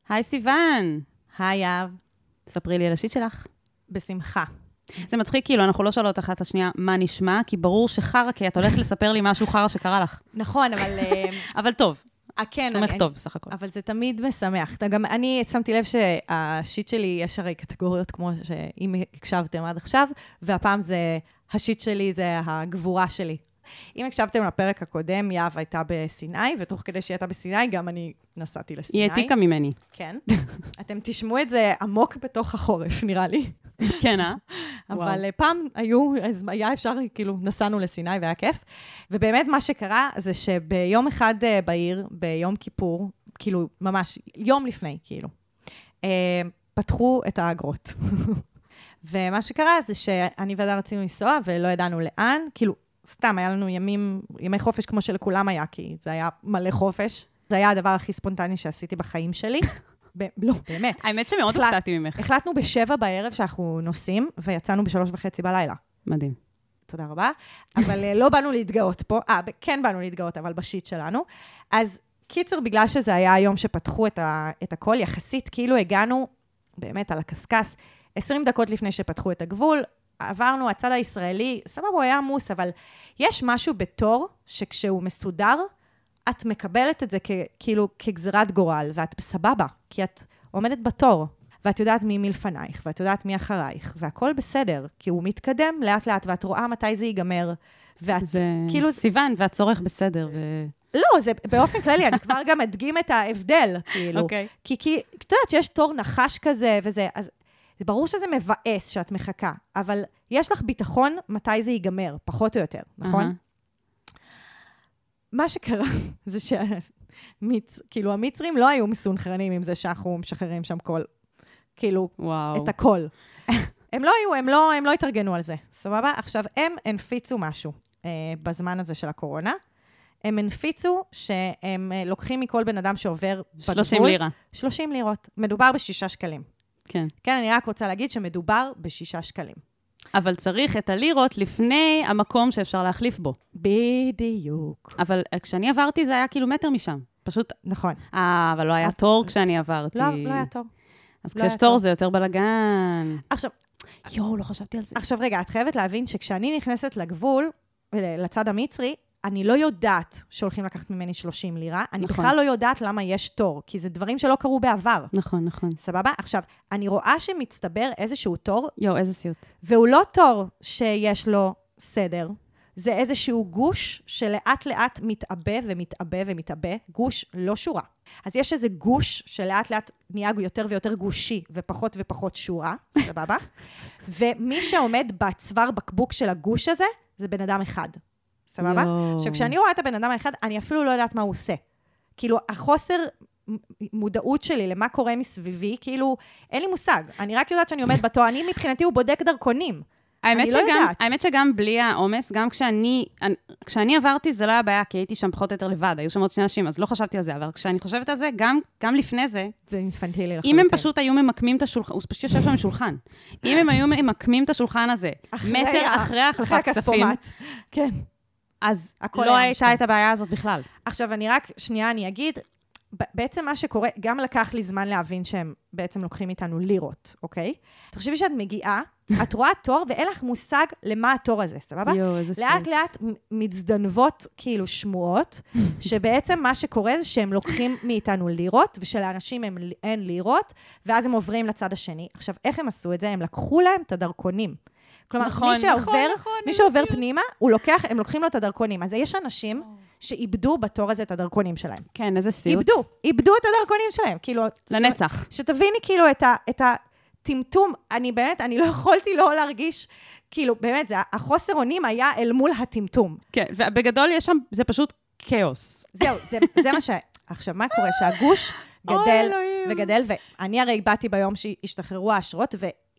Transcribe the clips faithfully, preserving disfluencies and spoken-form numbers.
היי סיוון. היי אב. ספרי לי על השיט שלך. בשמחה. זה מצחיק, כאילו, אנחנו לא שואלות אחת השנייה מה נשמע, כי ברור שחרה, כי את הולכת לספר לי משהו חרה שקרה לך. נכון, אבל... אבל טוב. כן, שומך טוב, בסך הכל. אבל זה תמיד משמח. גם אני שמתי לב שהשיט שלי, יש הרי קטגוריות כמו שאם הקשבתם עד עכשיו, והפעם זה, השיט שלי זה הגבורה שלי. אם הקשבתם לפרק הקודם, יאב הייתה בסיני, ותוך כדי שהיא הייתה בסיני, גם אני נסעתי לסיני. היא העתיקה ממני. כן. אתם תשמעו את זה עמוק בתוך החורף, נראה לי. כן, אה? אבל פעם היו, אז היה אפשר, כאילו, נסענו לסיני והיה כיף. ובאמת מה שקרה זה שביום אחד בעיר, ביום כיפור, כאילו, ממש, יום לפני, כאילו, פתחו את האגרות. ומה שקרה זה שאני ועדה רצינו לנסוע, ולא ידענו לאן, כאילו, סתם, היה לנו ימים, ימי חופש כמו שלכולם היה, כי זה היה מלא חופש. זה היה הדבר הכי ספונטני שעשיתי בחיים שלי. ב- לא, באמת. האמת שמאוד הופתעתי ממך. החלטנו בשבע בערב שאנחנו נוסעים, ויצאנו בשלוש וחצי בלילה. מדהים. תודה רבה. אבל לא באנו להתגאות פה. אה, כן באנו להתגאות, אבל בשיט שלנו. אז קיצר, בגלל שזה היה היום שפתחו את, ה- את הכל, יחסית, כאילו הגענו, באמת על הקסקס, עשרים דקות לפני שפתחו את הגבול, עברנו, הצד הישראלי, סבבה, הוא היה עמוס, אבל יש משהו בתור, שכשהוא מסודר, את מקבלת את זה כ- כאילו כגזרת גורל, ואת סבבה, כי את עומדת בתור, ואת יודעת מי מלפנייך, ואת יודעת מי אחרייך, והכל בסדר, כי הוא מתקדם לאט לאט, ואת רואה מתי זה ייגמר, ואת זה כאילו... סיוון, והצורך בסדר, ו... לא, זה באופן כללי, אני כבר גם אדגים את ההבדל, כאילו. אוקיי. כי, כי, את יודעת שיש תור נחש כזה, וזה, אז זה ברור שזה מבאס שאת מחכה, אבל יש לך ביטחון מתי זה ייגמר, פחות או יותר, נכון? מה שקרה זה שכאילו המצרים לא היו מסונכרנים עם זה שאנחנו משחררים שם כל, כאילו, את הכל. הם לא היו, הם לא, הם לא התארגנו על זה, סבבה? עכשיו, הם הנפיצו משהו אה, בזמן הזה של הקורונה, הם הנפיצו שהם אה, לוקחים מכל בן אדם שעובר בגבול. שלושים לירה. שלושים לירות. מדובר בשישה שקלים. כן. כן, אני רק רוצה להגיד שמדובר בשישה שקלים. אבל צריך את הלירות לפני המקום שאפשר להחליף בו. בדיוק. אבל כשאני עברתי זה היה קילומטר משם. פשוט... נכון. אה, אבל לא היה תור כשאני עברתי. לא, לא היה תור. אז כשיש תור זה יותר בלגן. עכשיו... יואו, לא חשבתי על זה. עכשיו רגע, את חייבת להבין שכשאני נכנסת לגבול, לצד המצרי, אני לא יודעת שהולכים לקחת ממני שלושים לירה, אני נכון. בכלל לא יודעת למה יש תור, כי זה דברים שלא קרו בעבר. נכון, נכון. סבבה? עכשיו, אני רואה שמצטבר איזשהו תור, יואו, איזה סיוט. והוא לא תור שיש לו סדר, זה איזשהו גוש שלאט לאט מתאבא ומתאבא ומתאבא, גוש לא שורה. אז יש איזה גוש שלאט לאט נהיה יותר ויותר גושי ופחות ופחות שורה, סבבה? ומי שעומד בצוואר בקבוק של הגוש הזה, זה בן אדם אחד. סבבה? שכשאני רואה את הבן אדם האחד, אני אפילו לא יודעת מה הוא עושה. כאילו, החוסר מודעות שלי למה קורה מסביבי, כאילו, אין לי מושג. אני רק יודעת שאני עומד בתור, אני מבחינתי הוא בודק דרכונים. האמת שגם, האמת שגם בלי העומס, גם כשאני, כשאני עברתי זה לא היה בעיה, כי הייתי שם פחות או יותר לבד, היו שם עוד שני אנשים, אז לא חשבתי על זה, אבל כשאני חושבת על זה, גם, גם לפני זה, זה אינפנטילי לחלוטין. אם הם פשוט היו ממקמים את השולחן, הוא פשוט יושב שם בשולחן, אם הם היו ממקמים את השולחן הזה, מטר אחרי החלפת כספים, כן. אז לא הייתה את הבעיה הזאת בכלל. עכשיו, אני רק, שנייה, אני אגיד, בעצם מה שקורה, גם לקח לי זמן להבין שהם בעצם לוקחים איתנו לירות, אוקיי? תחשבי שאת מגיעה, את רואה תור, ואין לך מושג למה התור הזה, סבבה? יו, איזה סיוט. לאט לאט מצדנבות כאילו שמועות, שבעצם מה שקורה זה שהם לוקחים מאיתנו לירות, ושלאנשים הם, אין לירות, ואז הם עוברים לצד השני. עכשיו, איך הם עשו את זה? הם לקחו להם את הדרכונים. כלומר, נכון, מי שעובר, נכון, נכון, מי שעובר פנימה, הוא לוקח, הם לוקחים לו את הדרכונים. אז יש אנשים שאיבדו בתור הזה את הדרכונים שלהם. כן, איזה סיוט. איבדו, איבדו את הדרכונים שלהם. כאילו, לנצח. שתביני כאילו את ה, את הטמטום, אני באמת, אני לא יכולתי לא להרגיש, כאילו, באמת, זה, החוסר אונים היה אל מול הטמטום. כן, ובגדול יש שם, זה פשוט כאוס. זהו, זה, זה מה ש... עכשיו, מה קורה? שהגוש גדל וגדל, ואני הרי באתי ביום שהשתחררו האשרות,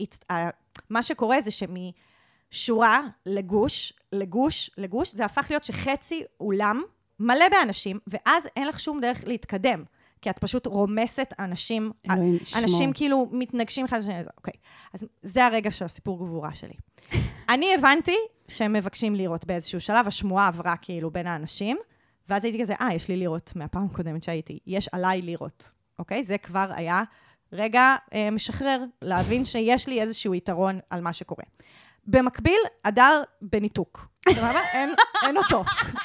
ומה שקורה זה שמשורה לגוש, לגוש, לגוש, זה הפך להיות שחצי אולם מלא באנשים, ואז אין לך שום דרך להתקדם, כי את פשוט רומסת אנשים, אנשים כאילו מתנגשים אחד לשני, אוקיי. אז זה הרגע של הסיפור גבורה שלי. אני הבנתי שהם מבקשים לירות באיזשהו שלב, השמועה עברה כאילו בין האנשים, ואז הייתי כזה, אה, יש לי לירות מהפעם הקודמת שהייתי, יש עליי לירות, אוקיי? זה כבר היה רגע אה, משחרר, להבין שיש לי איזשהו יתרון על מה שקורה. במקביל, אדר בניתוק. סבבה? אין, אין אותו.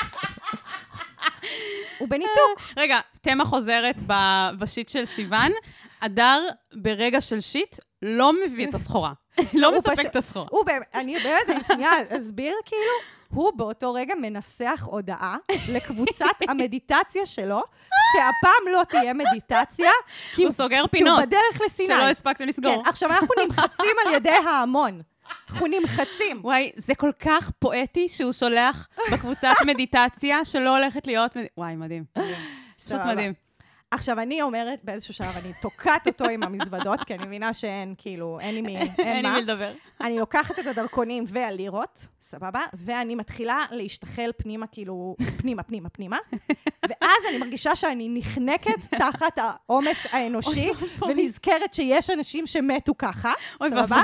הוא בניתוק. רגע, תמה חוזרת בשיט של סיוון, אדר ברגע של שיט לא מביא את הסחורה. לא מספק את הסחורה. אני באמת, אני שנייה אסביר כאילו, הוא באותו רגע מנסח הודעה לקבוצת המדיטציה שלו, שהפעם לא תהיה מדיטציה, הוא סוגר פינות. כי הוא בדרך לסיני. שלא הספקת לסגור. כן, עכשיו אנחנו נמחצים על ידי ההמון. אנחנו נמחצים. וואי, זה כל כך פואטי שהוא שולח בקבוצת מדיטציה שלא הולכת להיות... וואי, מדהים. פשוט מדהים. עכשיו, אני אומרת באיזשהו שלב, אני תוקעת אותו עם המזוודות, כי אני מבינה שאין, כאילו, אין לי מי, אין מה. אין לי מי לדבר. אני לוקחת את הדרכונים והלירות, סבבה? ואני מתחילה להשתחל פנימה, כאילו, פנימה, פנימה, פנימה. ואז אני מרגישה שאני נחנקת תחת העומס האנושי, ונזכרת שיש אנשים שמתו ככה, סבבה?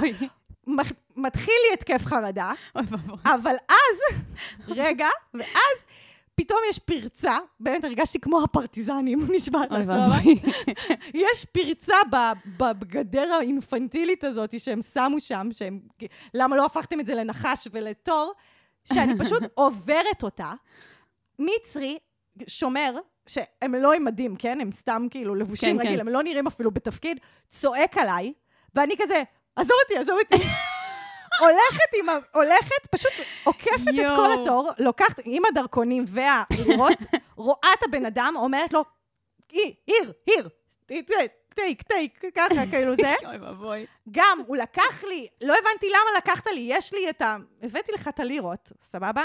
מתחיל לי התקף חרדה, אבל אז, רגע, ואז פתאום יש פרצה, באמת הרגשתי כמו הפרטיזנים, נשבעת לעצמה. יש פרצה בגדר האינפנטילית הזאת שהם שמו שם, שהם, למה לא הפכתם את זה לנחש ולתור, שאני פשוט עוברת אותה. מצרי שומר, שהם לא עם מדים, כן? הם סתם כאילו לבושים כן, רגיל, כן. הם לא נראים אפילו בתפקיד, צועק עליי, ואני כזה, עזוב אותי, עזוב אותי. הולכת עם ה... הולכת, פשוט עוקפת את כל התור, לוקחת עם הדרכונים והלירות, רואה את הבן אדם, אומרת לו, עיר, עיר, עיר, טייק, טייק, ככה, כאילו זה. גם, הוא לקח לי, לא הבנתי למה לקחת לי, יש לי את ה... הבאתי לך את הלירות, סבבה?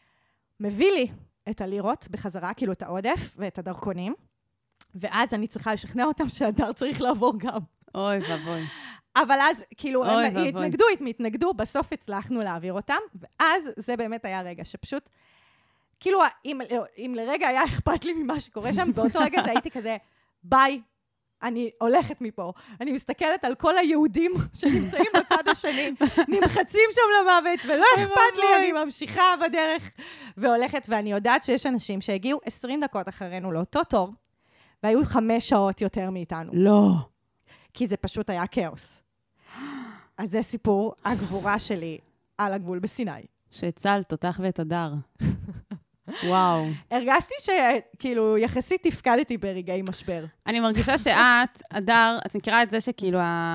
מביא לי את הלירות בחזרה, כאילו את העודף ואת הדרכונים, ואז אני צריכה לשכנע אותם שהדר צריך לעבור גם. אוי ואבוי. אבל אז, כאילו, הם התנגדו, הם התנגדו, בסוף הצלחנו להעביר אותם, ואז זה באמת היה רגע שפשוט, כאילו, אם, אם לרגע היה אכפת לי ממה שקורה שם, באותו רגע זה הייתי כזה, ביי, אני הולכת מפה. אני מסתכלת על כל היהודים שנמצאים בצד השני, נמחצים שם למוות, ולא אכפת לי, אני ממשיכה בדרך, והולכת, ואני יודעת שיש אנשים שהגיעו עשרים דקות אחרינו לאותו תור, והיו חמש שעות יותר מאיתנו. לא. כי זה פשוט היה כאוס. אז זה סיפור הגבורה שלי על הגבול בסיני. שהצלת אותך ואת הדר. וואו. הרגשתי שכאילו יחסית תפקדתי ברגעי משבר. אני מרגישה שאת, הדר, את מכירה את זה שכאילו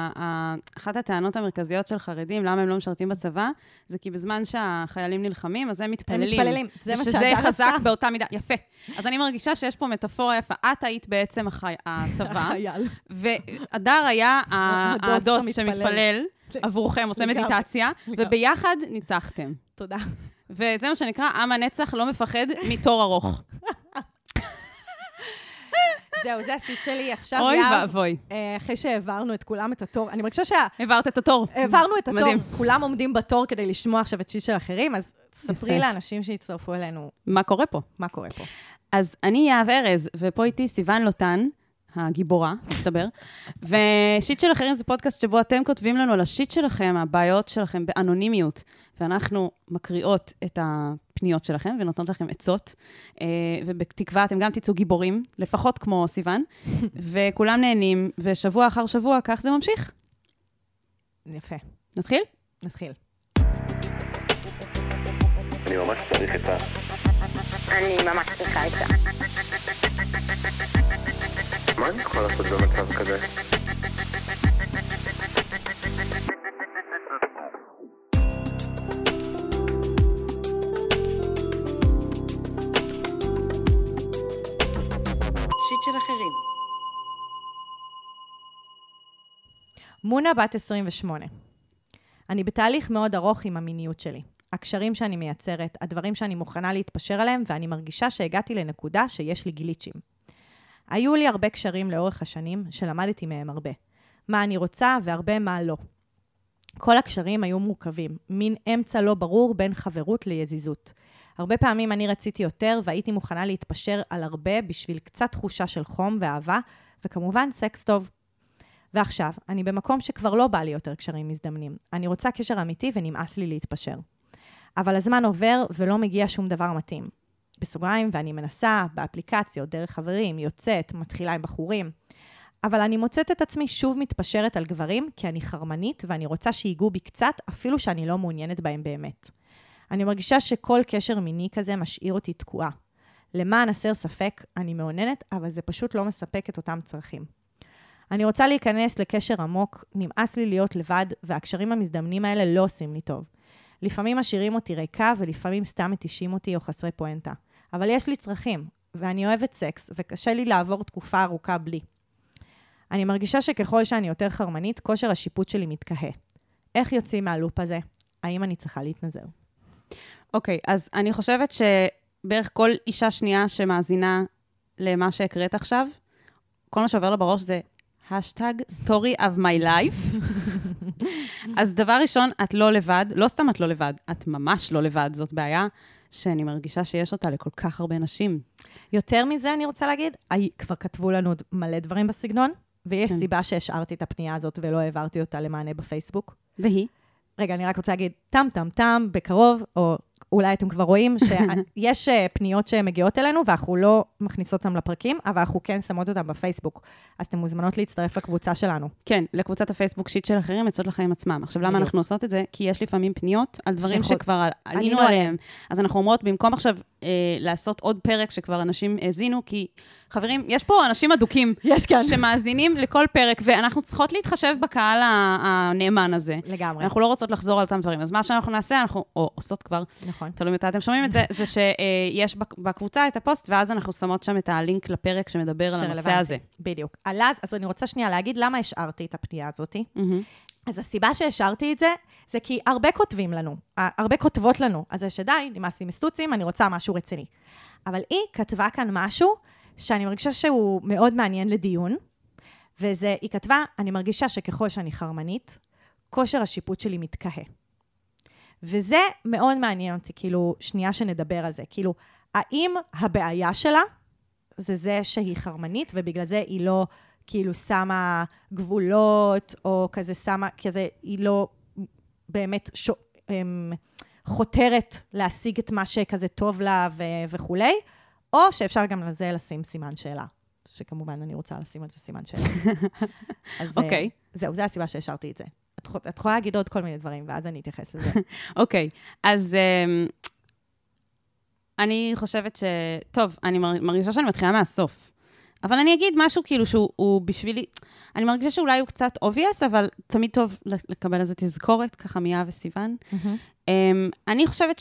אחת הטענות המרכזיות של חרדים, למה הם לא משרתים בצבא, זה כי בזמן שהחיילים נלחמים, אז הם מתפללים. הם מתפללים, זה מה שהדר עשה. שזה חזק באותה מידה. יפה. אז אני מרגישה שיש פה מטאפורה יפה. את היית בעצם הצבא. החייל. והדר היה הדוס שמתפלל עבורכם, עושה מדיטציה, וביחד ניצחתם. תודה. וזה מה שנקרא, עם הנצח לא מפחד מתור ארוך. זהו, זה השיט שלי עכשיו. אוי ואבוי. אחרי שהעברנו את כולם את התור, אני מרגישה שה... העברת את התור. העברנו את התור. כולם עומדים בתור כדי לשמוע עכשיו את שיט של אחרים, אז ספרי לאנשים שהצטרפו אלינו. מה קורה פה? מה קורה פה? אז אני יהב ארז, ופה איתי סיוון לוטן, הגיבורה, מסתבר. ושיט של אחרים זה פודקאסט שבו אתם כותבים לנו על השיט שלכם, הבעיות שלכם באנונימיות, ואנחנו מקריאות את הפניות שלכם ונותנות לכם עצות, ובתקווה אתם גם תצאו גיבורים, לפחות כמו סיוון, וכולם נהנים, ושבוע אחר שבוע, כך זה ממשיך. יפה. נתחיל? נתחיל. אני ממש צריך את ה... אני ממש צריכה את זה. מה אני יכול לעשות במצב כזה? שיט של אחרים. מונה בת עשרים ושמונה. אני בתהליך מאוד ארוך עם המיניות שלי. הקשרים שאני מייצרת, הדברים שאני מוכנה להתפשר עליהם, ואני מרגישה שהגעתי לנקודה שיש לי גיליצ'ים. היו לי הרבה קשרים לאורך השנים, שלמדתי מהם הרבה. מה אני רוצה והרבה מה לא. כל הקשרים היו מורכבים, מין אמצע לא ברור בין חברות ליזיזות. הרבה פעמים אני רציתי יותר, והייתי מוכנה להתפשר על הרבה בשביל קצת תחושה של חום ואהבה, וכמובן סקס טוב. ועכשיו, אני במקום שכבר לא בא לי יותר קשרים מזדמנים. אני רוצה קשר אמיתי ונמאס לי להתפשר. אבל הזמן עובר ולא מגיע שום דבר מתאים. בסוגריים, ואני מנסה באפליקציות, דרך חברים, יוצאת, מתחילה עם בחורים. אבל אני מוצאת את עצמי שוב מתפשרת על גברים, כי אני חרמנית ואני רוצה שיגעו בי קצת, אפילו שאני לא מעוניינת בהם באמת. אני מרגישה שכל קשר מיני כזה משאיר אותי תקועה. למען הסר ספק, אני מעוננת, אבל זה פשוט לא מספק את אותם צרכים. אני רוצה להיכנס לקשר עמוק, נמאס לי להיות לבד, והקשרים המזדמנים האלה לא עושים לי טוב. לפעמים משאירים אותי ריקה, ולפעמים סתם מתישים אותי או חסרי פואנטה. אבל יש לי צרכים, ואני אוהבת סקס, וקשה לי לעבור תקופה ארוכה בלי. אני מרגישה שככל שאני יותר חרמנית, כושר השיפוט שלי מתקהה. איך יוצאים מהלופ הזה? האם אני צריכה להתנזר? אוקיי, אז אני חושבת שבערך כל אישה שנייה שמאזינה למה שהקראת עכשיו, כל מה שעובר לה בראש זה השטג story of my life. אז דבר ראשון, את לא לבד, לא סתם את לא לבד, את ממש לא לבד, זאת בעיה שאני מרגישה שיש אותה לכל כך הרבה נשים. יותר מזה אני רוצה להגיד, כבר כתבו לנו מלא דברים בסגנון, ויש כן. סיבה שהשארתי את הפנייה הזאת ולא העברתי אותה למענה בפייסבוק. והיא? רגע, אני רק רוצה להגיד, טם, טם, טם, בקרוב, או אולי אתם כבר רואים שיש פניות שמגיעות אלינו, ואנחנו לא מכניסות אותם לפרקים, אבל אנחנו כן שמות אותם בפייסבוק. אז אתם מוזמנות להצטרף לקבוצה שלנו. כן, לקבוצת הפייסבוק שיט של אחרים, יצאות לחיים עצמם. עכשיו, למה אנחנו עושות את זה? כי יש לפעמים פניות על דברים שכבר עלינו עליהם. אז אנחנו אומרות, במקום עכשיו לעשות עוד פרק שכבר אנשים האזינו, כי חברים, יש פה אנשים אדוקים, יש כאן. שמאזינים לכל פרק, ואנחנו צריכות להתחשב בקהל הנאמן הזה. לגמרי. אנחנו לא רוצות לחזור על אותם דברים. אז מה שאנחנו נעשה, אנחנו, או עושות כבר, נכון. תלוי מתי אתם שומעים את זה, זה שיש בקבוצה את הפוסט, ואז אנחנו שמות שם את הלינק לפרק שמדבר על הנושא הזה. בדיוק. אז, אז אני רוצה שנייה להגיד למה השארתי את הפנייה הזאת. אז הסיבה שהשארתי את זה, זה כי הרבה כותבים לנו, הרבה כותבות לנו, אז זה שדי, נמאס לי מסטוצים, אני רוצה משהו רציני. אבל היא כתבה כאן משהו שאני מרגישה שהוא מאוד מעניין לדיון, וזה, היא כתבה, אני מרגישה שככל שאני חרמנית, כושר השיפוט שלי מתקהה. וזה מאוד מעניין אותי, כאילו, שנייה שנדבר על זה. כאילו, האם הבעיה שלה זה זה שהיא חרמנית, ובגלל זה היא לא, כאילו, שמה גבולות, או כזה שמה, כזה, היא לא באמת ש... חותרת להשיג את מה שכזה טוב לה ו... וכולי, או שאפשר גם לזה לשים סימן שאלה. שכמובן אני רוצה לשים על זה סימן שאלה. אז אוקיי. זהו, זו הסיבה שהשארתי את זה. את, את יכולה להגיד עוד כל מיני דברים, ואז אני אתייחס לזה. אוקיי, אז um, אני חושבת ש... טוב, אני מרגישה שאני מתחילה מהסוף. אבל אני אגיד משהו כאילו שהוא בשבילי... אני מרגישה שאולי הוא קצת obvious, אבל תמיד טוב לקבל איזה תזכורת, ככה מיה וסיוון. Mm-hmm. Um, אני חושבת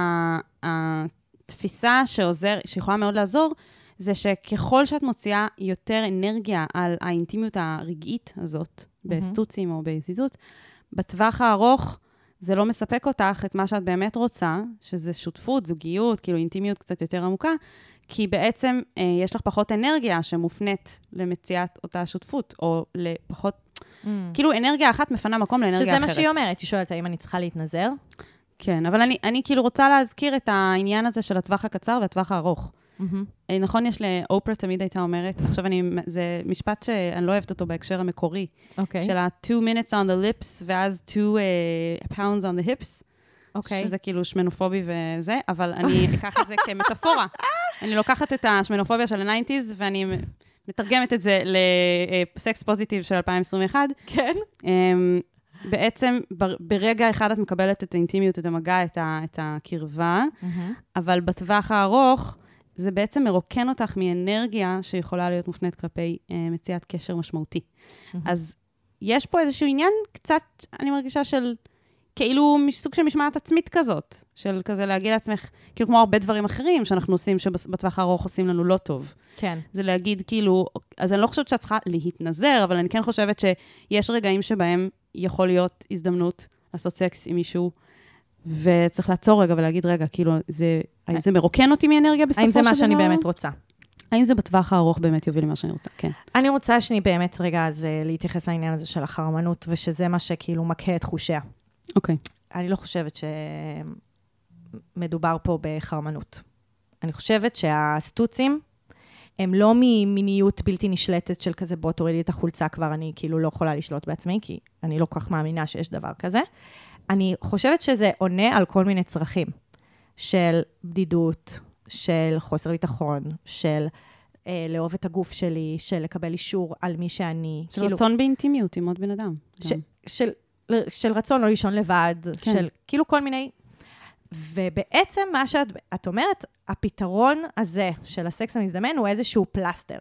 שהתפיסה שעוזר, שיכולה מאוד לעזור, זה שככל שאת מוציאה יותר אנרגיה על האינטימיות הרגעית הזאת, mm-hmm. בסטוצים או בזיזות, בטווח הארוך זה לא מספק אותך את מה שאת באמת רוצה, שזה שותפות, זוגיות, כאילו אינטימיות קצת יותר עמוקה, כי בעצם אה, יש לך פחות אנרגיה שמופנית למציאת אותה שותפות, או לפחות, mm. כאילו אנרגיה אחת מפנה מקום לאנרגיה שזה אחרת. שזה מה שהיא אומרת, היא שואלת, האם אני צריכה להתנזר? כן, אבל אני, אני כאילו רוצה להזכיר את העניין הזה של הטווח הקצר והטווח הארוך. Mm-hmm. נכון, יש לאופרה תמיד הייתה אומרת, עכשיו אני, זה משפט שאני לא אוהבת אותו בהקשר המקורי, okay. של ה-two minutes on the lips, ואז two uh, pounds on the hips, okay. שזה כאילו שמנופובי וזה, אבל אני אקח את זה כמטאפורה. אני לוקחת את השמנופוביה של ה-תשעים ואני מתרגמת את זה לסקס פוזיטיב של אלפיים עשרים ואחת. כן. בעצם ברגע אחד את מקבלת את האינטימיות, את המגע, את, ה, את הקרבה, mm-hmm. אבל בטווח הארוך, זה בעצם מרוקן אותך מאנרגיה שיכולה להיות מופנית כלפי uh, מציאת קשר משמעותי. Mm-hmm. אז יש פה איזשהו עניין קצת, אני מרגישה של, כאילו סוג של משמעת עצמית כזאת, של כזה להגיד לעצמך, כאילו כמו הרבה דברים אחרים שאנחנו עושים, שבטווח הארוך עושים לנו לא טוב. כן. זה להגיד כאילו, אז אני לא חושבת שאת צריכה להתנזר, אבל אני כן חושבת שיש רגעים שבהם יכול להיות הזדמנות לעשות סקס עם מישהו, וצריך לעצור רגע ולהגיד, רגע, כאילו, זה, האם זה מרוקן אותי מאנרגיה בסופו של דבר? האם זה מה שאני באמת רוצה? האם זה בטווח הארוך באמת יוביל למה שאני רוצה? כן. אני רוצה שאני באמת רגע אז להתייחס לעניין הזה של החרמנות, ושזה מה שכאילו מקה את חושיה. אוקיי. אני לא חושבת שמדובר פה בחרמנות. אני חושבת שהסטוצים הם לא ממיניות בלתי נשלטת של כזה, בוא תורידי את החולצה כבר, אני כאילו לא יכולה לשלוט בעצמי, כי אני לא כל כך מאמינה שיש דבר כזה. אני חושבת שזה עונה על כל מיני צרכים, של בדידות, של חוסר ביטחון, של אה, לאהוב את הגוף שלי, של לקבל אישור על מי שאני. של כאילו, רצון באינטימיות עם עוד בן אדם. ש, של, של רצון לא לישון לבד, כן. של כאילו כל מיני... ובעצם מה שאת את אומרת, הפתרון הזה של הסקס המזדמן הוא איזשהו פלסטר,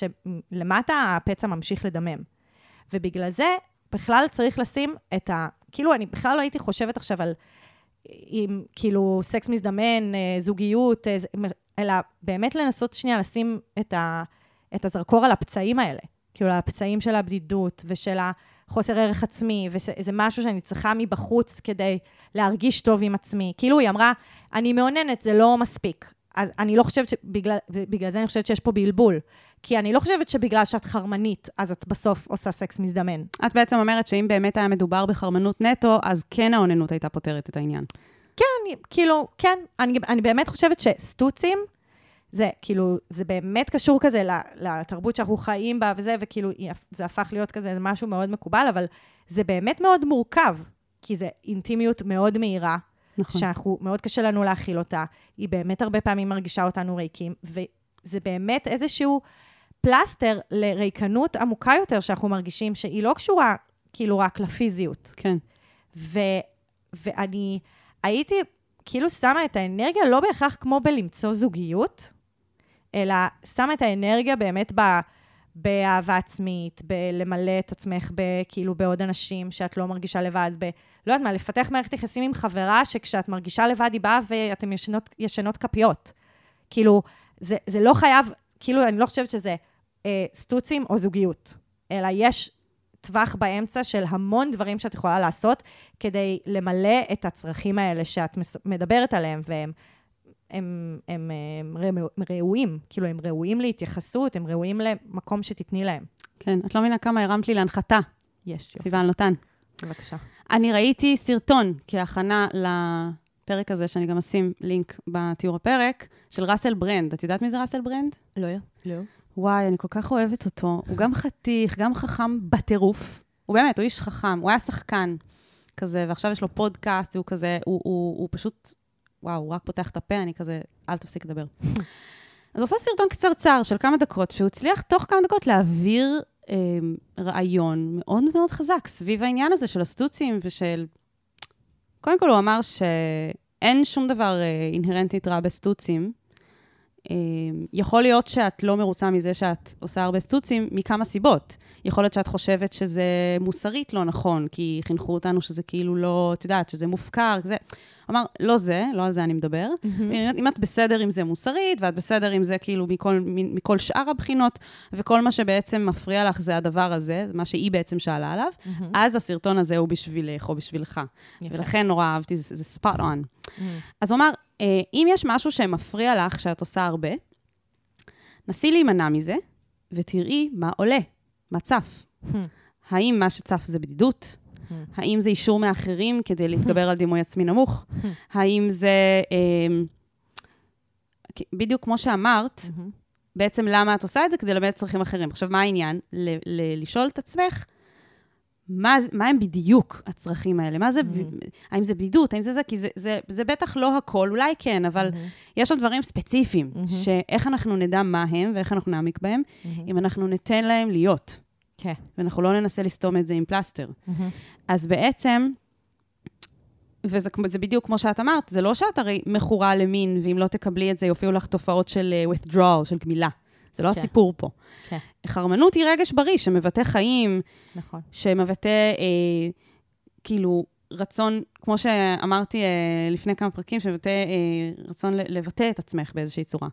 כשלמטה הפצע ממשיך לדמם. ובגלל זה בכלל צריך לשים את ה... כאילו, אני בכלל לא הייתי חושבת עכשיו על עם, כאילו, סקס מזדמן, זוגיות, אלא באמת לנסות שנייה לשים את, ה, את הזרקור על הפצעים האלה. כאילו, הפצעים של הבדידות ושל החוסר ערך עצמי, וזה משהו שאני צריכה מבחוץ כדי להרגיש טוב עם עצמי. כאילו, היא אמרה, אני מעוננת, זה לא מספיק. אז אני לא חושבת שבגלל, בגלל זה אני חושבת שיש פה בלבול. כי אני לא חושבת שבגלל שאת חרמנית, אז את בסוף עושה סקס מזדמן. את בעצם אומרת שאם באמת היה מדובר בחרמנות נטו, אז כן העוננות הייתה פותרת את העניין. כן, אני, כאילו, כן, אני, אני באמת חושבת שסטוצים, זה כאילו, זה באמת קשור כזה לתרבות שאנחנו חיים בה וזה, וכאילו, זה הפך להיות כזה משהו מאוד מקובל, אבל זה באמת מאוד מורכב, כי זה אינטימיות מאוד מהירה, נכון. שאנחנו, מאוד קשה לנו להכיל אותה, היא באמת הרבה פעמים מרגישה אותנו ריקים, וזה באמת איזשהו פלסטר לריקנות עמוקה יותר, שאנחנו מרגישים שהיא לא קשורה כאילו רק לפיזיות. כן. ו, ואני הייתי כאילו שמה את האנרגיה, לא בהכרח כמו בלמצוא זוגיות, אלא שמה את האנרגיה באמת ב, באהבה עצמית, בלמלא את עצמך כאילו בעוד אנשים שאת לא מרגישה לבד, ב, לא יודעת מה, לפתח מערכת יחסים עם חברה שכשאת מרגישה לבד היא באה ואתם ישנות, ישנות כפיות. כאילו, זה, זה לא חייב, כאילו אני לא חושבת שזה אה, סטוצים או זוגיות, אלא יש טווח באמצע של המון דברים שאת יכולה לעשות, כדי למלא את הצרכים האלה שאת מדברת עליהם, והם הם, הם, הם, הם ראויים, כאילו הם ראויים להתייחסות, הם ראויים למקום שתתני להם. כן, את לא מבינה כמה הרמת לי להנחתה. יש, יופי. סיוון לוטן. בבקשה. אני ראיתי סרטון כהכנה לפרק הזה, שאני גם אשים לינק בתיאור הפרק, של ראסל ברנד. את יודעת מי זה ראסל ברנד? לא, לא. וואי, אני כל כך אוהבת אותו. הוא גם חתיך, גם חכם בטירוף. הוא באמת, הוא איש חכם, הוא היה שחקן כזה, ועכשיו יש לו פודקאסט, והוא כזה, הוא, הוא, הוא פשוט, וואו, הוא רק פותח את הפה, אני כזה, אל תפסיק לדבר. אז הוא עושה סרטון קצרצר של כמה דקות, שהוא הצליח תוך כמה דקות להעביר אה, רעיון מאוד מאוד חזק, סביב העניין הזה של הסטוצים ושל... קודם כל הוא אמר שאין שום דבר אה, אינהרנטית רע בסטוצים, יכול להיות שאת לא מרוצה מזה שאת עושה הרבה סטוצים מכמה סיבות. יכול להיות שאת חושבת שזה מוסרית לא נכון, כי חינכו אותנו שזה כאילו לא, את יודעת, שזה מופקר, כזה. אמר, לא זה, לא על זה אני מדבר. אם את בסדר עם זה מוסרית, ואת בסדר עם זה כאילו מכל, מכל שאר הבחינות, וכל מה שבעצם מפריע לך זה הדבר הזה, מה שהיא בעצם שאלה עליו, אז הסרטון הזה הוא בשבילך או בשבילך. ולכן נורא אהבתי, זה, זה spot on. אז הוא אמר, אם יש משהו שמפריע לך שאת עושה הרבה, נסי להימנע מזה, ותראי מה עולה, מה צף. האם מה שצף זה בדידות? האם זה אישור מאחרים כדי להתגבר על דימוי עצמי נמוך? האם זה, בדיוק כמו שאמרת, בעצם למה את עושה את זה? כדי ללמד צרכים אחרים. עכשיו, מה העניין? לשאול את עצמך, מה, מה הם בדיוק הצרכים האלה? מה זה, mm-hmm. האם זה בדידות? האם זה זה? כי זה, זה, זה בטח לא הכל, אולי כן, אבל mm-hmm. יש שם דברים ספציפיים, mm-hmm. שאיך אנחנו נדע מה הם, ואיך אנחנו נעמיק בהם, mm-hmm. אם אנחנו ניתן להם להיות. כן. Okay. ואנחנו לא ננסה לסתום את זה עם פלסטר. Mm-hmm. אז בעצם, וזה זה בדיוק כמו שאת אמרת, זה לא שאת הרי מכורה למין, ואם לא תקבלי את זה, יופיעו לך תופעות של withdrawal, של גמילה. זה לא הסיפור פה. חרמנות היא רגש בריא, שמבטא חיים, שמבטא כאילו רצון, כמו שאמרתי לפני כמה פרקים, שמבטא רצון לבטא את עצמך באיזושהי צורה.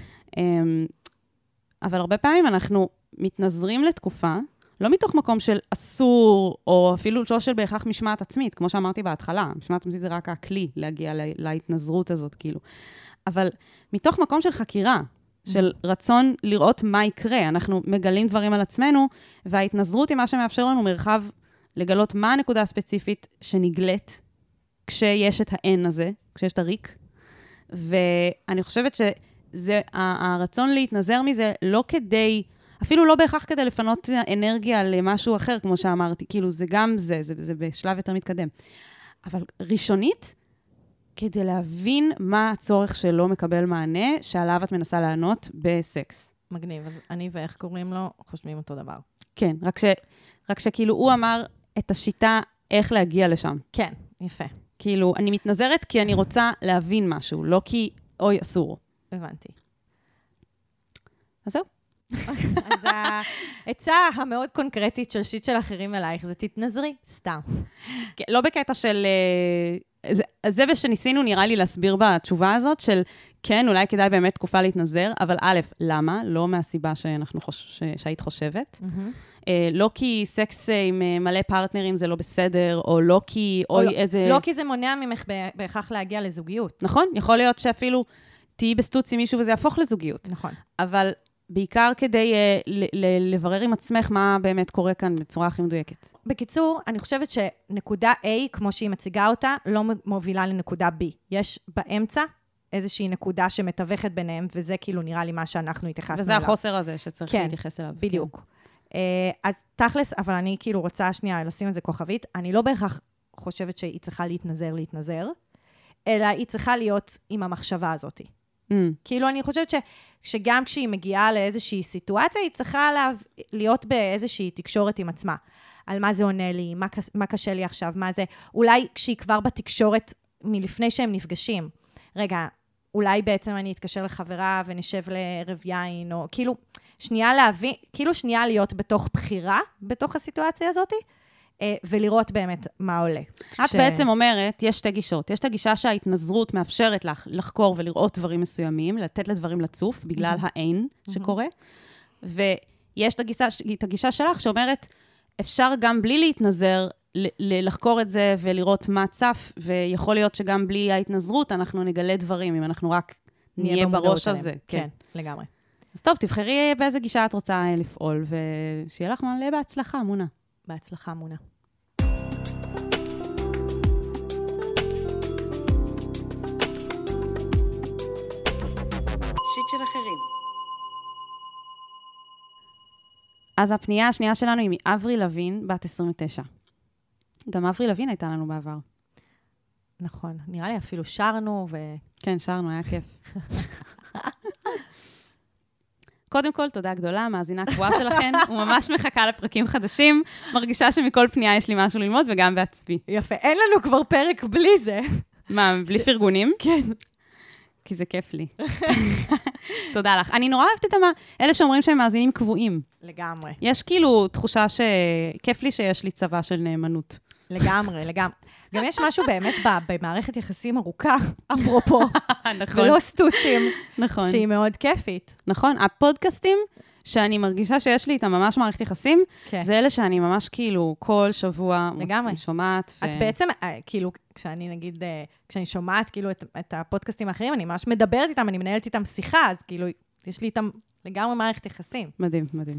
אבל הרבה פעמים אנחנו מתנזרים לתקופה, לא מתוך מקום של אסור, או אפילו לא של בהכרח משמעת עצמית, כמו שאמרתי בהתחלה. משמעת עצמית זה רק הכלי להגיע להתנזרות הזאת, כאילו. אבל מתוך מקום של חקירה, של רצון לראות מה יקרה. אנחנו מגלים דברים על עצמנו, וההתנזרות היא מה שמאפשר לנו מרחב לגלות מה הנקודה הספציפית שנגלית, כשיש את האין הזה, כשיש את הריק. ואני חושבת שזה, הרצון להתנזר מזה לא כדי, אפילו לא בהכרח כדי לפנות אנרגיה למשהו אחר, כמו שאמרתי, כאילו זה גם זה, זה, זה בשלב יותר מתקדם. אבל ראשונית, כדי להבין מה הצורך שלו מקבל מענה, שעליו את מנסה לענות בסקס. מגניב, אז אני ואיך קוראים לו, חושבים אותו דבר. כן, רק, ש, רק שכאילו הוא אמר את השיטה איך להגיע לשם. כן, יפה. כאילו, אני מתנזרת כי אני רוצה להבין משהו, לא כי, אוי, אסור. הבנתי. אז זהו. אז העצה המאוד קונקרטית של שיט של אחרים אלייך, זה תתנזרי, סתם. כן, לא בקטע של... זה, זה ושניסינו נראה לי להסביר בתשובה הזאת, של כן, אולי כדאי באמת תקופה להתנזר, אבל א', למה? לא מהסיבה שאנחנו חוש... שהיית חושבת. Mm-hmm. אה, לא כי סקס עם מלא פרטנרים זה לא בסדר, או לא כי... או אוי, לא, איזה... לא כי זה מונע ממך בהכרח להגיע לזוגיות. נכון, יכול להיות שאפילו תהיי בסטוץ עם מישהו וזה יהפוך לזוגיות. נכון. אבל בעיקר כדי uh, ל- ל- לברר עם עצמך מה באמת קורה כאן בצורה הכי מדויקת. בקיצור, אני חושבת שנקודה A, כמו שהיא מציגה אותה, לא מובילה לנקודה B. יש באמצע איזושהי נקודה שמתווכת ביניהם, וזה כאילו נראה לי מה שאנחנו התייחסנו אליו. וזה החוסר הזה שצריך כן, להתייחס אליו. בדיוק. כן. אז תכלס, אבל אני כאילו רוצה שנייה לשים את זה כוכבית, אני לא בהכרח חושבת שהיא צריכה להתנזר, להתנזר, אלא היא צריכה להיות עם המחשבה הזאת. Mm. כאילו, אני חושבת ש, שגם כשהיא מגיעה לאיזושהי סיטואציה, היא צריכה לה, להיות באיזושהי תקשורת עם עצמה. על מה זה עונה לי, מה, מה קשה לי עכשיו, מה זה... אולי כשהיא כבר בתקשורת מלפני שהם נפגשים. רגע, אולי בעצם אני אתקשר לחברה ונשב לערב יין, או כאילו, שנייה להביא, כאילו שנייה להיות בתוך בחירה, בתוך הסיטואציה הזאת, ולראות באמת מה עולה. את ש... בעצם אומרת, יש שתי גישות. יש את הגישה שההתנזרות מאפשרת לך לחקור ולראות דברים מסוימים, לתת לדברים לצוף, בגלל mm-hmm. האין שקורה. Mm-hmm. ויש את הגישה, את הגישה שלך שאומרת, אפשר גם בלי להתנזר, ל- לחקור את זה ולראות מה צף, ויכול להיות שגם בלי ההתנזרות אנחנו נגלה דברים, אם אנחנו רק נהיה, נהיה בראש הזה. כן, כן, לגמרי. אז טוב, תבחרי באיזה גישה את רוצה לפעול, ושיהיה לך מלא בהצלחה, מונה. בהצלחה, מונה. שיט של אחרים. אז הפנייה השנייה שלנו היא מאברי לוין, בת עשרים ותשע. גם אברי לוין הייתה לנו בעבר. נכון, נראה לי אפילו שרנו ו... כן, שרנו, היה כיף. קודם כל, תודה גדולה, מאזינה קבועה שלכן, וממש מחכה לפרקים חדשים, מרגישה שמכל פנייה יש לי משהו ללמוד, וגם בעצמי. יפה, אין לנו כבר פרק בלי זה. מה, בלי ש... פרגונים? כן. כי זה כיף לי. תודה לך. אני נורא אוהבת את המה, אלה שאומרים שהם מאזינים קבועים. לגמרי. יש כאילו תחושה שכיף לי שיש לי צבא של נאמנות. לגמרי, לגמרי. גם יש משהו באמת במערכת יחסים ארוכה, אפרופו, נכון. ולא סטוצים, נכון. שהיא מאוד כיפית. נכון, הפודקאסטים שאני מרגישה שיש לי איתם ממש מערכת יחסים, כן. זה אלה שאני ממש כאילו כל שבוע לגמרי. שומעת. ו... את בעצם, כאילו, כשאני נגיד, כשאני שומעת כאילו את, את הפודקאסטים האחרים, אני ממש מדברת איתם, אני מנהלת איתם שיחה, אז כאילו, יש לי איתם לגמרי מערכת יחסים. מדהים, מדהים.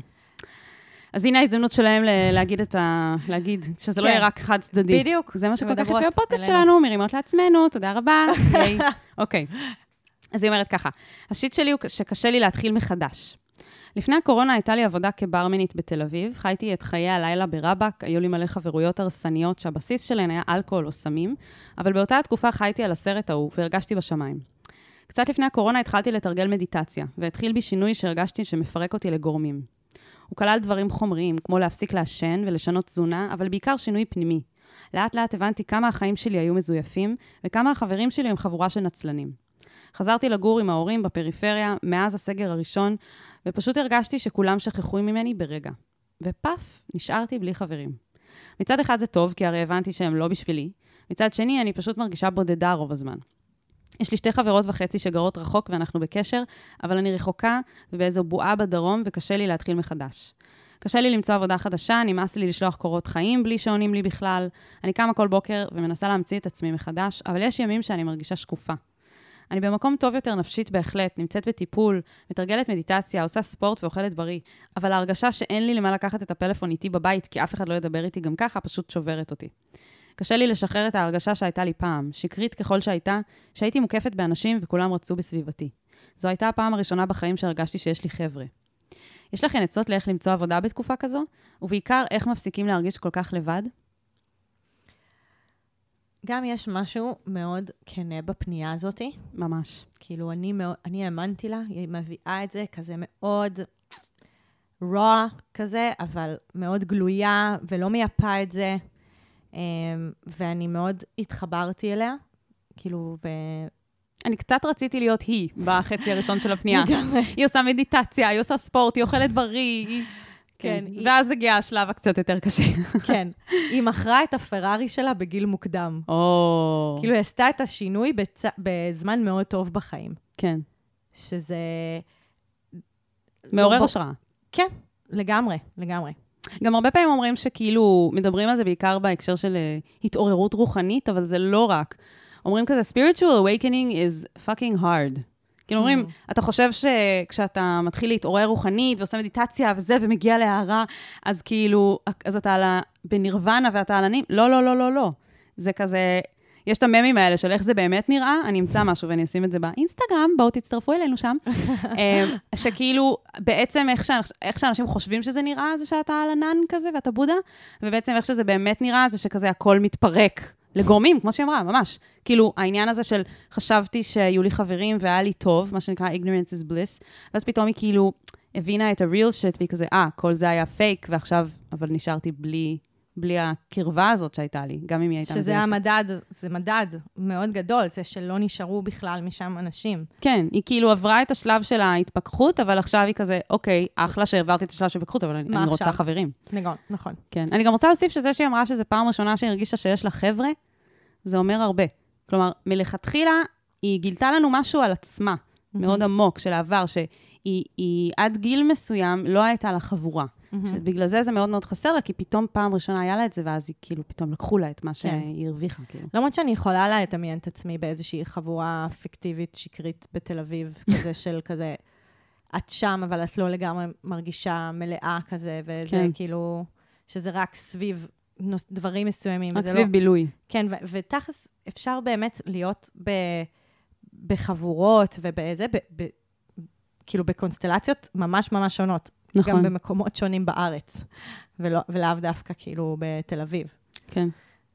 אז הנה ההזדמנות שלהם להגיד את ה... להגיד, שזה לא יהיה רק חד צדדי. בדיוק. זה מה שכל כך יפה בפודקאסט שלנו, מרימות לעצמנו, תודה רבה. אוקיי. אז היא אומרת ככה, השיט שלי הוא שקשה לי להתחיל מחדש. לפני הקורונה הייתה לי עבודה כברמנית בתל אביב, חייתי את חיי הלילה ברבק, היו לי מלא חברויות הרסניות שהבסיס שלהן היה אלכוהול או סמים, אבל באותה התקופה חייתי על הסרט ההוא והרגשתי בשמיים. קצת לפני הקורונה התחלתי לתרגל מדיטציה, והתחיל בי שינוי שהרגשתי שמפרק אותי לגורמים. הוא כלל דברים חומריים, כמו להפסיק לעשן ולשנות תזונה, אבל בעיקר שינוי פנימי. לאט לאט הבנתי כמה החיים שלי היו מזויפים, וכמה החברים שלי הם חבורה של נצלנים. חזרתי לגור עם ההורים בפריפריה, מאז הסגר הראשון, ופשוט הרגשתי שכולם שכחו ממני ברגע. ופף, נשארתי בלי חברים. מצד אחד זה טוב, כי הרי הבנתי שהם לא בשבילי. מצד שני, אני פשוט מרגישה בודדה רוב הזמן. יש לי שתי חברות וחצי שגרות רחוק ואנחנו בקשר, אבל אני רחוקה ובאיזו בועה בדרום וקשה לי להתחיל מחדש. קשה לי למצוא עבודה חדשה, נמאס לי לשלוח קורות חיים בלי שעונים לי בכלל. אני קמה כל בוקר ומנסה להמציא את עצמי מחדש, אבל יש ימים שאני מרגישה שקופה. אני במקום טוב יותר נפשית בהחלט, נמצאת בטיפול, מתרגלת מדיטציה, עושה ספורט ואוכלת בריא, אבל ההרגשה שאין לי למה לקחת את הפלאפון איתי בבית, כי אף אחד לא ידבר איתי גם ככה, פשוט שוברת אותי. קשה לי לשחרר את ההרגשה שהייתה לי פעם, שקרית ככל שהייתה, שהייתי מוקפת באנשים וכולם רצו בסביבתי. זו הייתה הפעם הראשונה בחיים שהרגשתי שיש לי חבר'ה. יש לכם עצות לאיך למצוא עבודה בתקופה כזו? ובעיקר, איך מפסיקים להרגיש כל כך לבד? גם יש משהו מאוד כנה בפנייה הזאת. ממש. כאילו, אני, מאוד, אני האמנתי לה, היא מביאה את זה כזה מאוד raw כזה, אבל מאוד גלויה, ולא מייפה את זה. ואני מאוד התחברתי אליה. כאילו, ו... אני קצת רציתי להיות היא בחצי הראשון של הפנייה. היא עושה מדיטציה, היא עושה ספורט, היא אוכלת בריא. כן. ואז הגיע השלב הקצת יותר קשה. כן. היא מכרה את הפרארי שלה בגיל מוקדם. או. כאילו, היא עשתה את השינוי בזמן מאוד טוב בחיים. כן. שזה... מעורר השראה. כן, לגמרי, לגמרי. גם הרבה פעמים אומרים שכאילו, מדברים על זה בעיקר בהקשר של התעוררות רוחנית, אבל זה לא רק. אומרים כזה, spiritual awakening is fucking hard. כאילו אומרים, אתה חושב שכשאתה מתחיל להתעורר רוחנית, ועושה מדיטציה וזה, ומגיע להערה, אז כאילו, אז אתה בנירוונה ואתה על הנים. לא, לא, לא, לא, לא. זה כזה, יש את הממים האלה של איך זה באמת נראה, אני אמצא משהו ואני אשים את זה באינסטגרם, בואו תצטרפו אלינו שם, שכאילו, בעצם איך, שאנ... איך שאנשים חושבים שזה נראה, זה שאתה על ענן כזה ואתה בודה, ובעצם איך שזה באמת נראה, זה שכזה הכל מתפרק לגורמים, כמו שהיא אמרה, ממש. כאילו, העניין הזה של חשבתי שהיו לי חברים והיה לי טוב, מה שנקרא ignorance is bliss, ואז פתאום היא כאילו הבינה את ה-real shit, והיא כזה, אה, כל זה היה פייק, ועכשיו, אבל נשארתי בלי... בלי הקרבה הזאת שהייתה לי, גם אם היא הייתה... שזה המדד, זה מדד מאוד גדול, זה שלא נשארו בכלל משם אנשים. כן, היא כאילו עברה את השלב של ההתפכחות, אבל עכשיו היא כזה, אוקיי, אחלה שהעברתי את השלב של ההתפכחות, אבל אני, אני רוצה חברים. נכון, נכון. כן, אני גם רוצה להוסיף שזה שהיא אמרה שזו פעם ראשונה שהיא הרגישה שיש לה חבר'ה, זה אומר הרבה. כלומר, מלכתחילה, היא גילתה לנו משהו על עצמה, מאוד עמוק של העבר, שהיא היא, עד גיל מסוים לא הייתה לה חבורה. בגלל זה זה מאוד מאוד חסר לה, כי פתאום פעם ראשונה היה לה את זה, ואז היא כאילו פתאום לקחו לה את מה שהיא הרוויחה. למרות שאני יכולה לה לדמיין את עצמי באיזושהי חבורה פיקטיבית, שקרית בתל אביב, כזה של כזה, את שם, אבל את לא לגמרי מרגישה מלאה כזה, וזה כאילו, שזה רק סביב דברים מסוימים. רק סביב בילוי. כן, ותכלס אפשר באמת להיות בחבורות ובאיזה, כאילו בקונסטלציות ממש ממש שונות. נכון. גם במקומות שונים בארץ, ולא, ולאו דווקא כאילו בתל אביב. כן.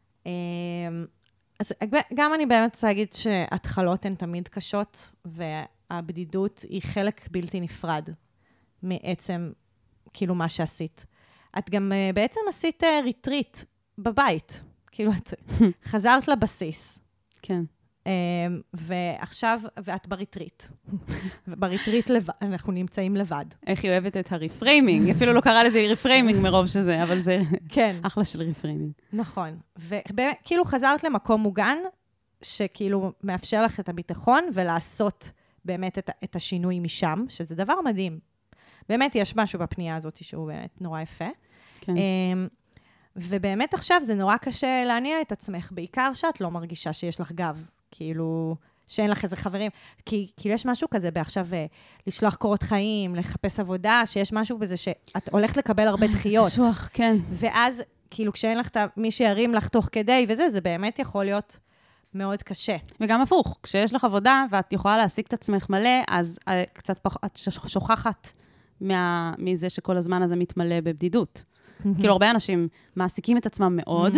אז גם אני באמת רוצה להגיד שהתחלות הן תמיד קשות, והבדידות היא חלק בלתי נפרד מעצם כאילו מה שעשית. את גם בעצם עשית ריטריט בבית, כאילו את חזרת לבסיס. כן. ועכשיו, ואת בריטריט. בריטריט אנחנו נמצאים לבד. איך היא אוהבת את הריפריימינג, היא אפילו לא קראה לזה ריפריימינג מרוב שזה, אבל זה אחלה של ריפריימינג. נכון. וכאילו חזרת למקום מוגן, שכאילו מאפשר לך את הביטחון, ולעשות באמת את השינוי משם, שזה דבר מדהים. באמת יש משהו בפנייה הזאת שהוא באמת נורא יפה. כן. ובאמת עכשיו זה נורא קשה להניע את עצמך, בעיקר שאת לא מרגישה שיש לך גב. כאילו, שאין לך איזה חברים, כי כאילו יש משהו כזה בעכשיו לשלוח קורות חיים, לחפש עבודה, שיש משהו בזה שאת הולכת לקבל הרבה דחיות. קשוח, כן. ואז, כאילו, כשאין לך מי שירים לך תוך כדי וזה, זה באמת יכול להיות מאוד קשה. וגם הפוך, כשיש לך עבודה ואת יכולה להשיג את עצמך מלא, אז קצת פח, את שוכחת מה, מזה שכל הזמן הזה מתמלא בבדידות. כאילו, הרבה אנשים מעסיקים את עצמם מאוד,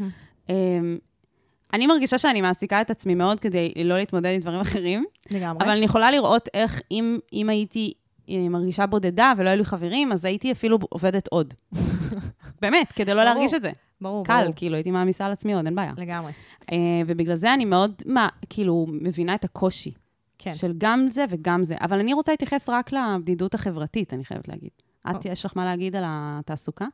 אני מרגישה שאני מעסיקה את עצמי מאוד כדי לא להתמודד עם דברים אחרים. לגמרי. אבל אני יכולה לראות איך אם, אם הייתי מרגישה בודדה ולא היו לי חברים, אז הייתי אפילו עובדת עוד. באמת, כדי לא להרגיש את זה. ברור, קל, ברור. כאילו, הייתי מעמיסה על עצמי עוד, אין בעיה. לגמרי. ובגלל זה אני מאוד, מה, כאילו, מבינה את הקושי. כן. של גם זה וגם זה. אבל אני רוצה להתייחס רק לבדידות החברתית, אני חייבת להגיד. את, יש לך מה להגיד על התעסוקה?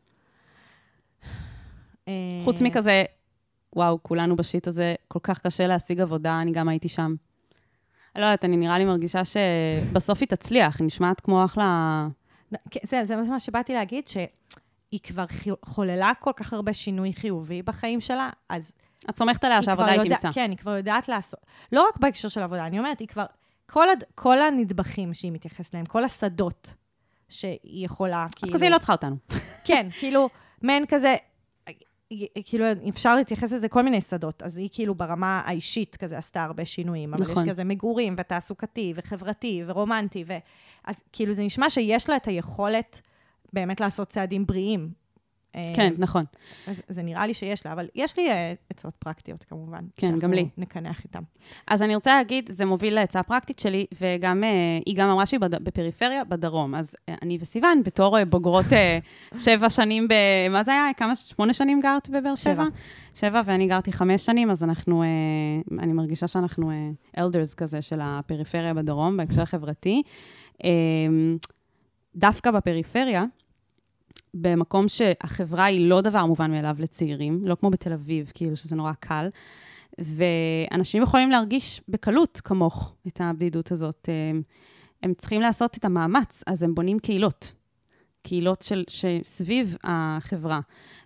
חוץ מכזה, וואו, כולנו בשיט הזה, כל כך קשה להשיג עבודה, אני גם הייתי שם. לא יודעת, אני נראה לי מרגישה שבסוף היא תצליח, היא נשמעת כמו אחלה... זה, זה מה שבאתי להגיד, שהיא כבר חוללה כל כך הרבה שינוי חיובי בחיים שלה, אז... את סומכת עליה שהעבודה היא תמצא. כן, היא כבר יודעת לעשות. לא רק בהקשר של עבודה, אני אומרת, היא כבר... כל, הד, כל הנדבכים שהיא מתייחסת להם, כל השדות שהיא יכולה, כאילו... את כזה היא לא צריכה אותנו. כן, כאילו, מעין כזה... כאילו, אפשר להתייחס לזה כל מיני שדות, אז היא כאילו ברמה האישית כזה עשתה הרבה שינויים, אבל נכון. יש כזה מגורים ותעסוקתי וחברתי ורומנטי, ו... אז כאילו זה נשמע שיש לה את היכולת באמת לעשות צעדים בריאים, כן, נכון. אז זה נראה לי שיש לה, אבל יש לי עצות פרקטיות כמובן. כן, גם לי. נקנח איתם. אז אני רוצה להגיד, זה מוביל להצעה הפרקטית שלי, וגם, היא גם אמרה שהיא בפריפריה, בדרום. אז אני וסיוון, בתור בוגרות שבע שנים, מה זה היה? כמה, שמונה שנים גרת בבאר שבע? שבע, ואני גרתי חמש שנים, אז אנחנו, אני מרגישה שאנחנו אלדרס כזה של הפריפריה בדרום, בהקשר החברתי. דווקא בפריפריה, במקום שהחברה היא לא דבר מובן מאליו לצעירים, לא כמו בתל אביב, כאילו שזה נורא קל, ואנשים יכולים להרגיש בקלות כמוך את הבדידות הזאת. הם, הם צריכים לעשות את המאמץ, אז הם בונים קהילות, קהילות של, שסביב החברה.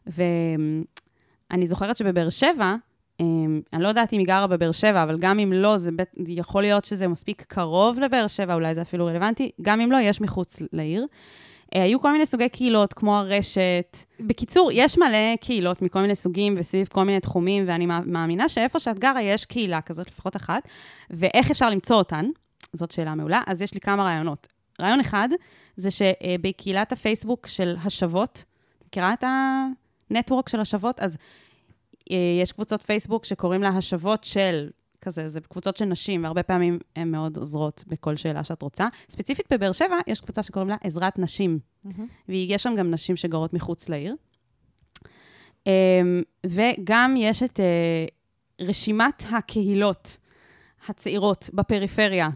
ואני זוכרת שבבאר שבע, אני לא יודעת אם היא גרה בבאר שבע, אבל גם אם לא, זה יכול להיות שזה מספיק קרוב לבאר שבע, אולי זה אפילו רלוונטי, גם אם לא, יש מחוץ לעיר. היו כל מיני סוגי קהילות, כמו הרשת. בקיצור, יש מלא קהילות מכל מיני סוגים וסביב כל מיני תחומים, ואני מאמינה שאיפה שאת גרה יש קהילה כזאת, לפחות אחת, ואיך אפשר למצוא אותן? זאת שאלה מעולה. אז יש לי כמה רעיונות. רעיון אחד, זה שבקהילת הפייסבוק של השוות, מכירה את הנטוורק של השוות? אז יש קבוצות פייסבוק שקוראים לה השוות של כזה, זה קבוצות של נשים, והרבה פעמים הן מאוד עוזרות בכל שאלה שאת רוצה. ספציפית בבאר שבע, יש קבוצה שקוראים לה עזרת נשים, mm-hmm. ויש שם גם נשים שגרות מחוץ לעיר. וגם יש את רשימת הקהילות הצעירות בפריפריה,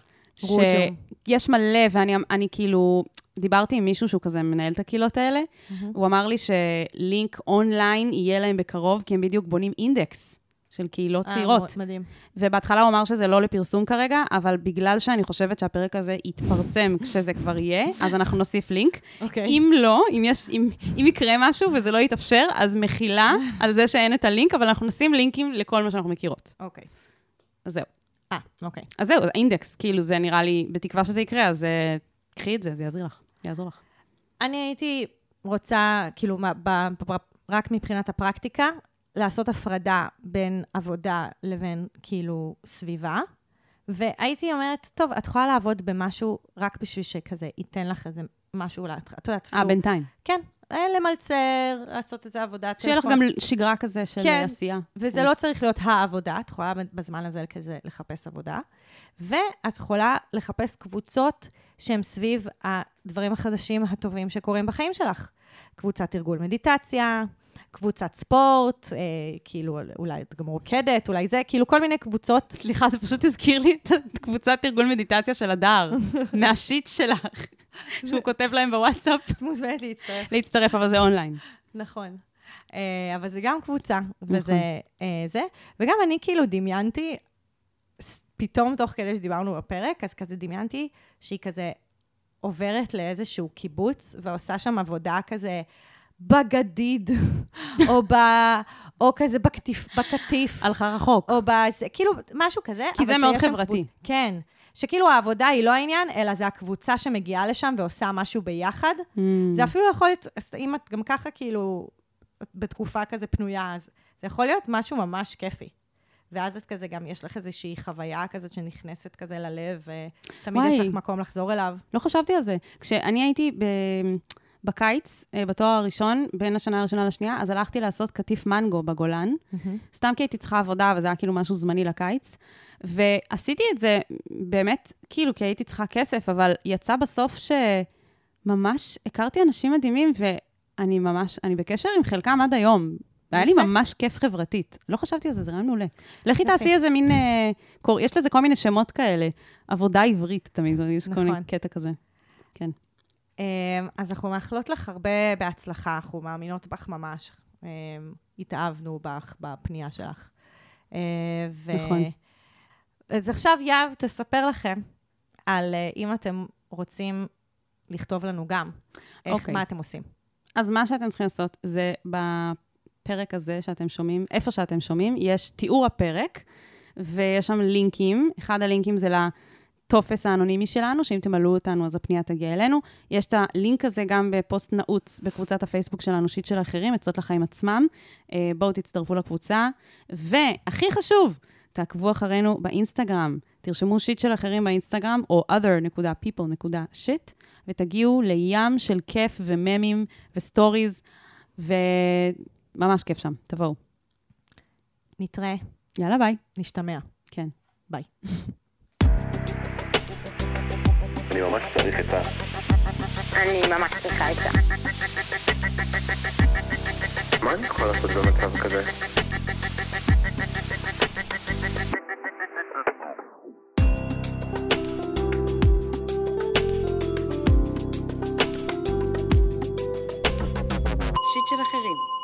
שיש מלא, ואני אני כאילו, דיברתי עם מישהו שהוא כזה מנהל את הקהילות האלה, mm-hmm. הוא אמר לי שלינק אונליין יהיה להם בקרוב, כי הם בדיוק בונים אינדקס. של קהילות צעירות. מדהים. ובהתחלה הוא אמר שזה לא לפרסום כרגע, אבל בגלל שאני חושבת שהפרק הזה יתפרסם כשזה כבר יהיה, אז אנחנו נוסיף לינק. אוקיי. אם לא, אם יש, אם, אם יקרה משהו וזה לא יתאפשר, אז מחילה על זה שאין את הלינק, אבל אנחנו נשים לינקים לכל מה שאנחנו מכירות. אוקיי. אז זהו. אה, אוקיי. אז זהו, האינדקס, כאילו זה נראה לי, בתקווה שזה יקרה, אז קחי את זה, זה יעזור לך. יעזור לך. אני הייתי רוצה, כאילו, רק מבחינת הפרקטיקה, לעשות הפרדה בין עבודה לבין כאילו סביבה, והייתי אומרת, טוב, את יכולה לעבוד במשהו רק בשביל שכזה ייתן לך איזה משהו, את יודעת, אה, בינתיים. כן, למלצר, לעשות איזה עבודה. שיהיה לך גם שגרה כזה של כן, עשייה. וזה לא צריך להיות העבודה, את יכולה בזמן הזה כזה לחפש עבודה, ואת יכולה לחפש קבוצות שהן סביב הדברים החדשים הטובים שקורים בחיים שלך. קבוצת תרגול מדיטציה, קבוצת ספורט, אה, כאילו, אולי את גם רוקדת, אולי זה, כאילו כל מיני קבוצות. סליחה, זה פשוט הזכיר לי את קבוצת תרגול מדיטציה של הדר, מהשיט שלך, שהוא כותב להם בוואטסאפ. את מוזמנת להצטרף. להצטרף, אבל זה אונליין. נכון. אה, אבל זה גם קבוצה, וזה אה, זה. וגם אני כאילו דמיינתי, פתאום תוך כדי שדיברנו בפרק, אז כזה דמיינתי שהיא כזה עוברת לאיזשהו קיבוץ, ועושה שם עבודה כזה, בגדיד, או, ב, או כזה בקטיף, בקטיף. הלכה רחוק. או בזה, כאילו, משהו כזה. כי זה מאוד חברתי. קבוצ... כן. שכאילו העבודה היא לא העניין, אלא זה הקבוצה שמגיעה לשם ועושה משהו ביחד. Mm. זה אפילו יכול להיות, אם את גם ככה כאילו, בתקופה כזה פנויה, אז זה יכול להיות משהו ממש כיפי. ואז את כזה גם, יש לך איזושהי חוויה כזאת שנכנסת כזה ללב, ותמיד וואי. יש לך מקום לחזור אליו. לא חשבתי על זה. כשאני הייתי ב... בקיץ, בתואר הראשון, בין השנה הראשונה לשנייה, אז הלכתי לעשות קטיף מנגו בגולן. Mm-hmm. סתם כי הייתי צריכה עבודה, וזה היה כאילו משהו זמני לקיץ. ועשיתי את זה באמת, כאילו, כי הייתי צריכה כסף, אבל יצא בסוף שממש הכרתי אנשים מדהימים, ואני ממש, אני בקשר עם חלקם עד היום. והיה לי ממש כיף חברתית. לא חשבתי על זה, זה רעיון מעולה. לכי תעשי איזה מין, יש לזה כל מיני שמות כאלה. עבודה עברית תמיד, יש כל מיני קטע כזה. כן. אז אנחנו מאחלות לך הרבה בהצלחה, אנחנו מאמינות בך ממש. התאהבנו בך בפנייה שלך. נכון. אז עכשיו יאב תספר לכם על אם אתם רוצים לכתוב לנו גם, איך, מה אתם עושים. אז מה שאתם צריכים לעשות זה בפרק הזה שאתם שומעים, איפה שאתם שומעים, יש תיאור הפרק, ויש שם לינקים. אחד הלינקים זה ל... טופס האנונימי שלנו, שאם תמלאו אותנו, אז הפנייה תגיע אלינו. יש את הלינק הזה גם בפוסט נעוץ בקבוצת הפייסבוק שלנו, שיט של אחרים, עצות לחיים עצמם. בואו תצטרפו לקבוצה. והכי חשוב, תעקבו אחרינו באינסטגרם. תרשמו שיט של אחרים באינסטגרם, או other דוט people דוט shit, ותגיעו לים של כיף וממים וסטוריז וממש כיף שם, תבואו. נתראה, יאללה, ביי. נשתמע. כן. ביי. אני ממש צריך את ה... אני ממש צריכה את זה. מה אני יכול לעשות במצב כזה? שיט של אחרים.